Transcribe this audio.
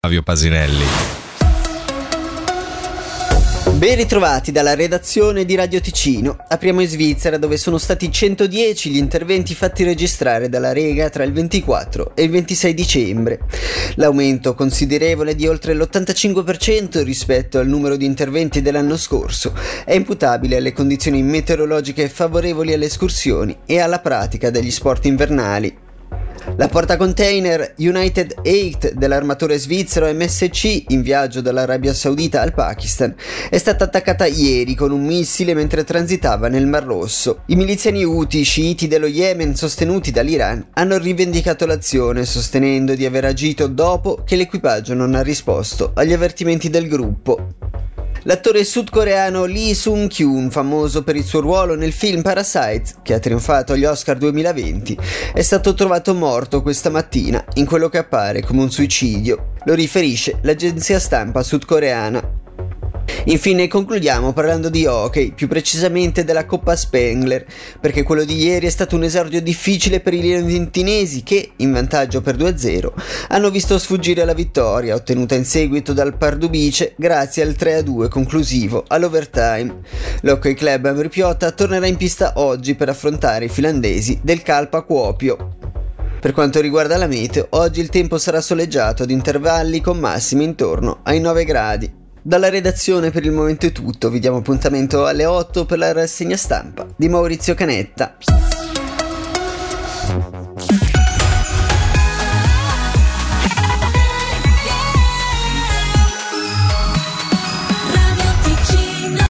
Flavio Pasinelli. Ben ritrovati dalla redazione di Radio Ticino. Apriamo in Svizzera, dove sono stati 110 gli interventi fatti registrare dalla Lega tra il 24 e il 26 dicembre. L'aumento considerevole di oltre l'85% rispetto al numero di interventi dell'anno scorso è imputabile alle condizioni meteorologiche favorevoli alle escursioni e alla pratica degli sport invernali. La portacontainer United 8 dell'armatore svizzero MSC, in viaggio dall'Arabia Saudita al Pakistan, è stata attaccata ieri con un missile mentre transitava nel Mar Rosso. I miliziani Houthi sciiti dello Yemen, sostenuti dall'Iran, hanno rivendicato l'azione, sostenendo di aver agito dopo che l'equipaggio non ha risposto agli avvertimenti del gruppo. L'attore sudcoreano Lee Sung-kyun, famoso per il suo ruolo nel film Parasite, che ha trionfato agli Oscar 2020, è stato trovato morto questa mattina in quello che appare come un suicidio. Lo riferisce l'agenzia stampa sudcoreana. Infine concludiamo parlando di hockey, più precisamente della Coppa Spengler, perché quello di ieri è stato un esordio difficile per i leontinesi che, in vantaggio per 2-0, hanno visto sfuggire la vittoria ottenuta in seguito dal Pardubice grazie al 3-2 conclusivo all'overtime. L'Hockey Club Ambrì-Piotta tornerà in pista oggi per affrontare i finlandesi del Kalpa Kuopio. Per quanto riguarda la meteo, oggi il tempo sarà soleggiato ad intervalli con massimi intorno ai 9 gradi. Dalla redazione per il momento è tutto, vi diamo appuntamento alle 8 per la rassegna stampa di Maurizio Canetta.